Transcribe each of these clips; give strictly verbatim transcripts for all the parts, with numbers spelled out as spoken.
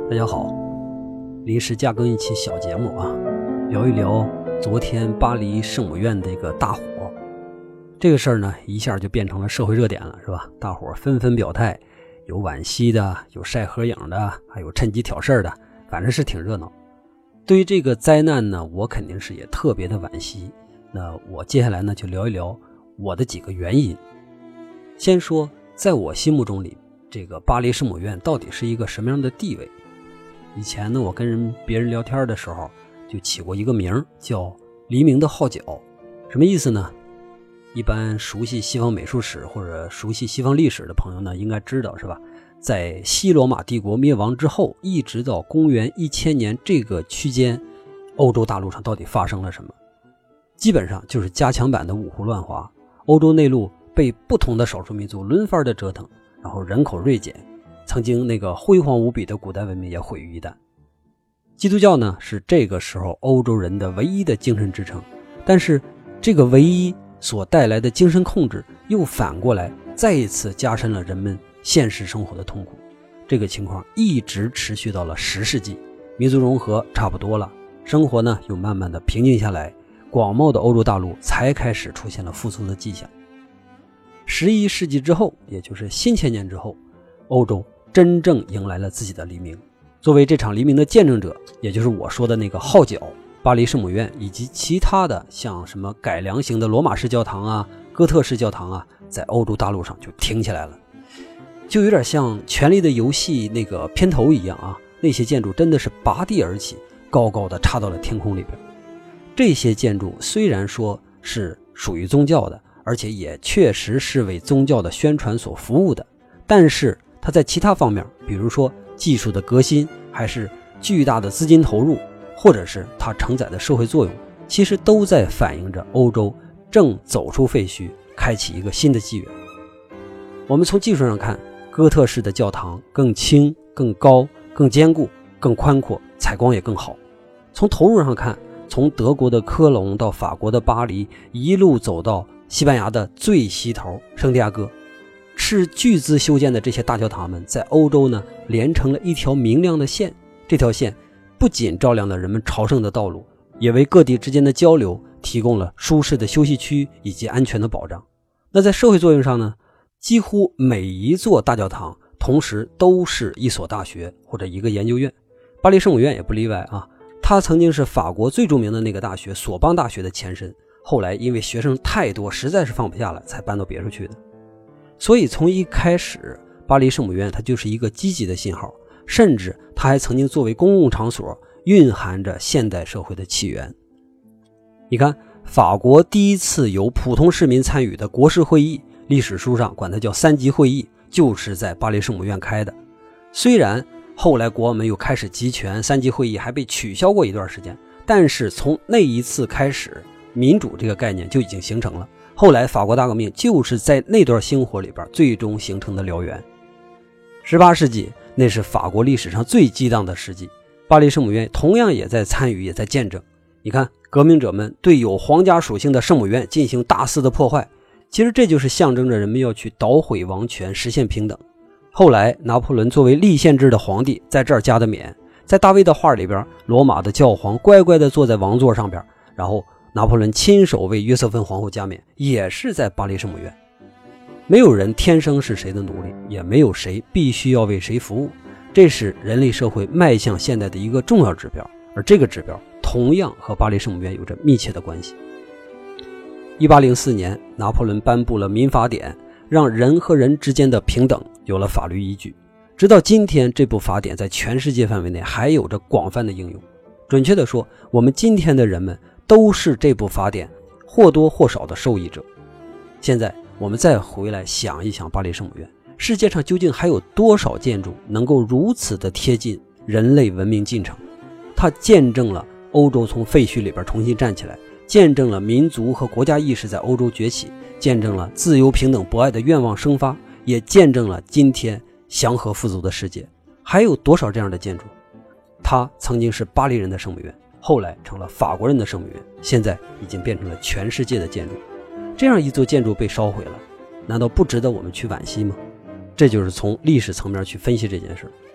大家好，临时加更一期小节目啊，聊一聊昨天巴黎圣母院的一个大火。这个事儿呢，一下就变成了社会热点了，是吧？大伙纷纷表态，有惋惜的，有晒合影的，还有趁机挑事儿的，反正是挺热闹。对于这个灾难呢，我肯定是也特别的惋惜。那我接下来呢，就聊一聊我的几个原因。先说，在我心目中里，这个巴黎圣母院到底是一个什么样的地位？以前呢，我跟人别人聊天的时候就起过一个名叫黎明的号角。什么意思呢？一般熟悉西方美术史或者熟悉西方历史的朋友呢，应该知道，是吧？在西罗马帝国灭亡之后，一直到公元一千年这个区间，欧洲大陆上到底发生了什么？基本上就是加强版的五胡乱华，欧洲内陆被不同的少数民族轮番的折腾，然后人口锐减，曾经那个辉煌无比的古代文明也毁于一旦。基督教呢，是这个时候欧洲人的唯一的精神支撑，但是这个唯一所带来的精神控制又反过来再一次加深了人们现实生活的痛苦。这个情况一直持续到了十世纪，民族融合差不多了，生活呢又慢慢的平静下来，广袤的欧洲大陆才开始出现了复苏的迹象。十一世纪之后，也就是新千年之后，欧洲真正迎来了自己的黎明。作为这场黎明的见证者，也就是我说的那个号角，巴黎圣母院以及其他的像什么改良型的罗马式教堂啊、哥特式教堂啊，在欧洲大陆上就挺起来了，就有点像《权力的游戏》那个片头一样啊，那些建筑真的是拔地而起，高高的插到了天空里边。这些建筑虽然说是属于宗教的，而且也确实是为宗教的宣传所服务的，但是它在其他方面，比如说技术的革新，还是巨大的资金投入，或者是它承载的社会作用，其实都在反映着欧洲正走出废墟，开启一个新的纪元。我们从技术上看，哥特式的教堂更轻、更高、更坚固、更宽阔，采光也更好。从投入上看，从德国的科隆到法国的巴黎，一路走到西班牙的最西头圣地亚哥，斥巨资修建的这些大教堂们在欧洲呢连成了一条明亮的线。这条线不仅照亮了人们朝圣的道路，也为各地之间的交流提供了舒适的休息区以及安全的保障。那在社会作用上呢，几乎每一座大教堂同时都是一所大学或者一个研究院，巴黎圣母院也不例外啊。它曾经是法国最著名的那个大学索邦大学的前身，后来因为学生太多，实在是放不下了，才搬到别处去的。所以从一开始，巴黎圣母院它就是一个积极的信号，甚至它还曾经作为公共场所蕴含着现代社会的起源。你看，法国第一次由普通市民参与的国事会议，历史书上管它叫三级会议，就是在巴黎圣母院开的。虽然后来国王们又开始集权，三级会议还被取消过一段时间，但是从那一次开始，民主这个概念就已经形成了。后来法国大革命就是在那段星火里边最终形成的燎原。十八世纪，那是法国历史上最激荡的时期，巴黎圣母院同样也在参与，也在见证。你看，革命者们对有皇家属性的圣母院进行大肆的破坏，其实这就是象征着人们要去捣毁王权，实现平等。后来拿破仑作为立宪制的皇帝在这儿加的冕，在大卫的画里边，罗马的教皇乖乖地坐在王座上边，然后拿破仑亲手为约瑟芬皇后加冕，也是在巴黎圣母院。没有人天生是谁的奴隶，也没有谁必须要为谁服务，这是人类社会迈向现代的一个重要指标，而这个指标同样和巴黎圣母院有着密切的关系。一八零四年，拿破仑颁布了民法典，让人和人之间的平等有了法律依据。直到今天，这部法典在全世界范围内还有着广泛的应用。准确地说，我们今天的人们都是这部法典或多或少的受益者。现在我们再回来想一想巴黎圣母院，世界上究竟还有多少建筑能够如此的贴近人类文明进程？它见证了欧洲从废墟里边重新站起来，见证了民族和国家意识在欧洲崛起，见证了自由平等博爱的愿望生发，也见证了今天祥和富足的世界。还有多少这样的建筑？它曾经是巴黎人的圣母院，后来成了法国人的圣母院，现在已经变成了全世界的建筑。这样一座建筑被烧毁了，难道不值得我们去惋惜吗？这就是从历史层面去分析这件事。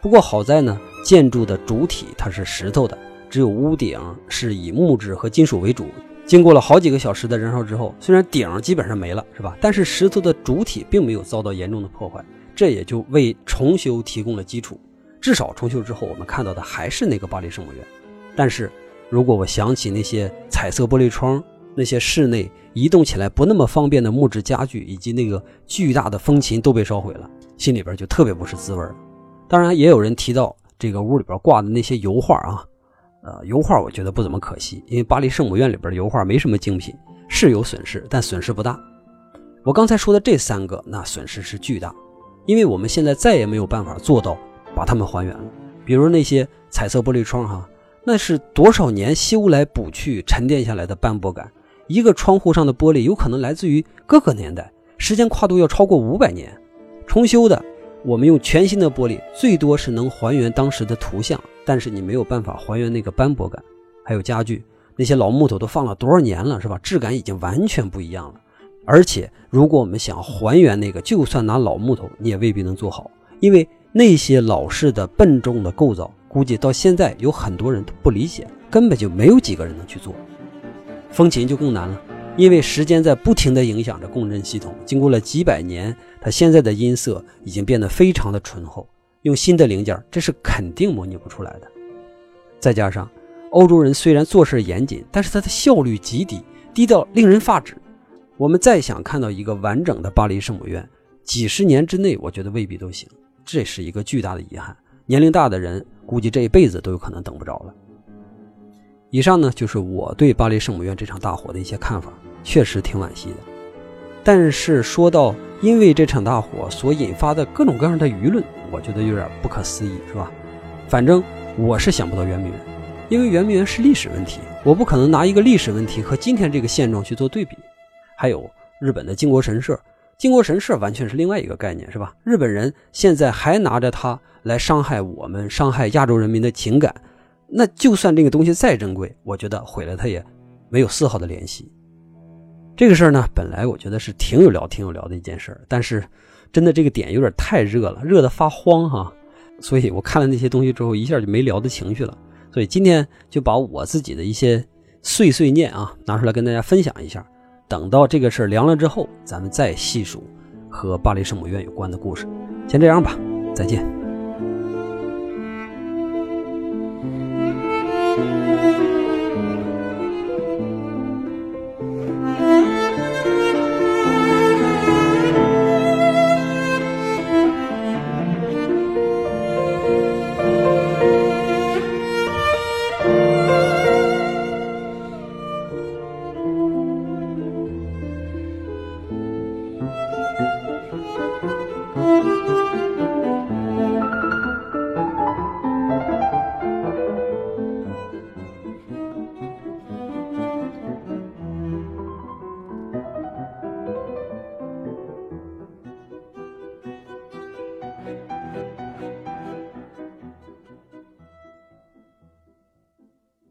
不过好在呢，建筑的主体它是石头的，只有屋顶是以木质和金属为主。经过了好几个小时的燃烧之后，虽然顶基本上没了，是吧？但是石头的主体并没有遭到严重的破坏，这也就为重修提供了基础。至少重修之后，我们看到的还是那个巴黎圣母院。但是如果我想起那些彩色玻璃窗，那些室内移动起来不那么方便的木质家具，以及那个巨大的风琴都被烧毁了，心里边就特别不是滋味了。当然也有人提到这个屋里边挂的那些油画啊，呃，油画我觉得不怎么可惜，因为巴黎圣母院里边的油画没什么精品，是有损失，但损失不大。我刚才说的这三个，那损失是巨大，因为我们现在再也没有办法做到把它们还原了。比如那些彩色玻璃窗哈，那是多少年修来补去沉淀下来的斑驳感，一个窗户上的玻璃有可能来自于各个年代，时间跨度要超过五百年。重修的，我们用全新的玻璃，最多是能还原当时的图像，但是你没有办法还原那个斑驳感。还有家具，那些老木头都放了多少年了，是吧？质感已经完全不一样了。而且如果我们想还原那个，就算拿老木头你也未必能做好，因为那些老式的笨重的构造，估计到现在有很多人都不理解，根本就没有几个人能去做。风琴就更难了，因为时间在不停地影响着共振系统，经过了几百年，它现在的音色已经变得非常的醇厚，用新的零件这是肯定模拟不出来的。再加上欧洲人虽然做事严谨，但是它的效率极低，低到令人发指。我们再想看到一个完整的巴黎圣母院，几十年之内我觉得未必都行，这是一个巨大的遗憾。年龄大的人估计这一辈子都有可能等不着了。以上呢就是我对巴黎圣母院这场大火的一些看法，确实挺惋惜的。但是说到因为这场大火所引发的各种各样的舆论，我觉得有点不可思议，是吧？反正我是想不到圆明园，因为圆明园是历史问题，我不可能拿一个历史问题和今天这个现状去做对比。还有日本的靖国神社，靖国神社完全是另外一个概念，是吧？日本人现在还拿着它来伤害我们，伤害亚洲人民的情感，那就算这个东西再珍贵，我觉得毁了它也没有丝毫的联系。这个事儿呢，本来我觉得是挺有聊挺有聊的一件事，但是真的这个点有点太热了，热得发慌哈，所以我看了那些东西之后，一下就没聊的情绪了。所以今天就把我自己的一些碎碎念啊拿出来跟大家分享一下，等到这个事儿凉了之后，咱们再细数和巴黎圣母院有关的故事。先这样吧，再见。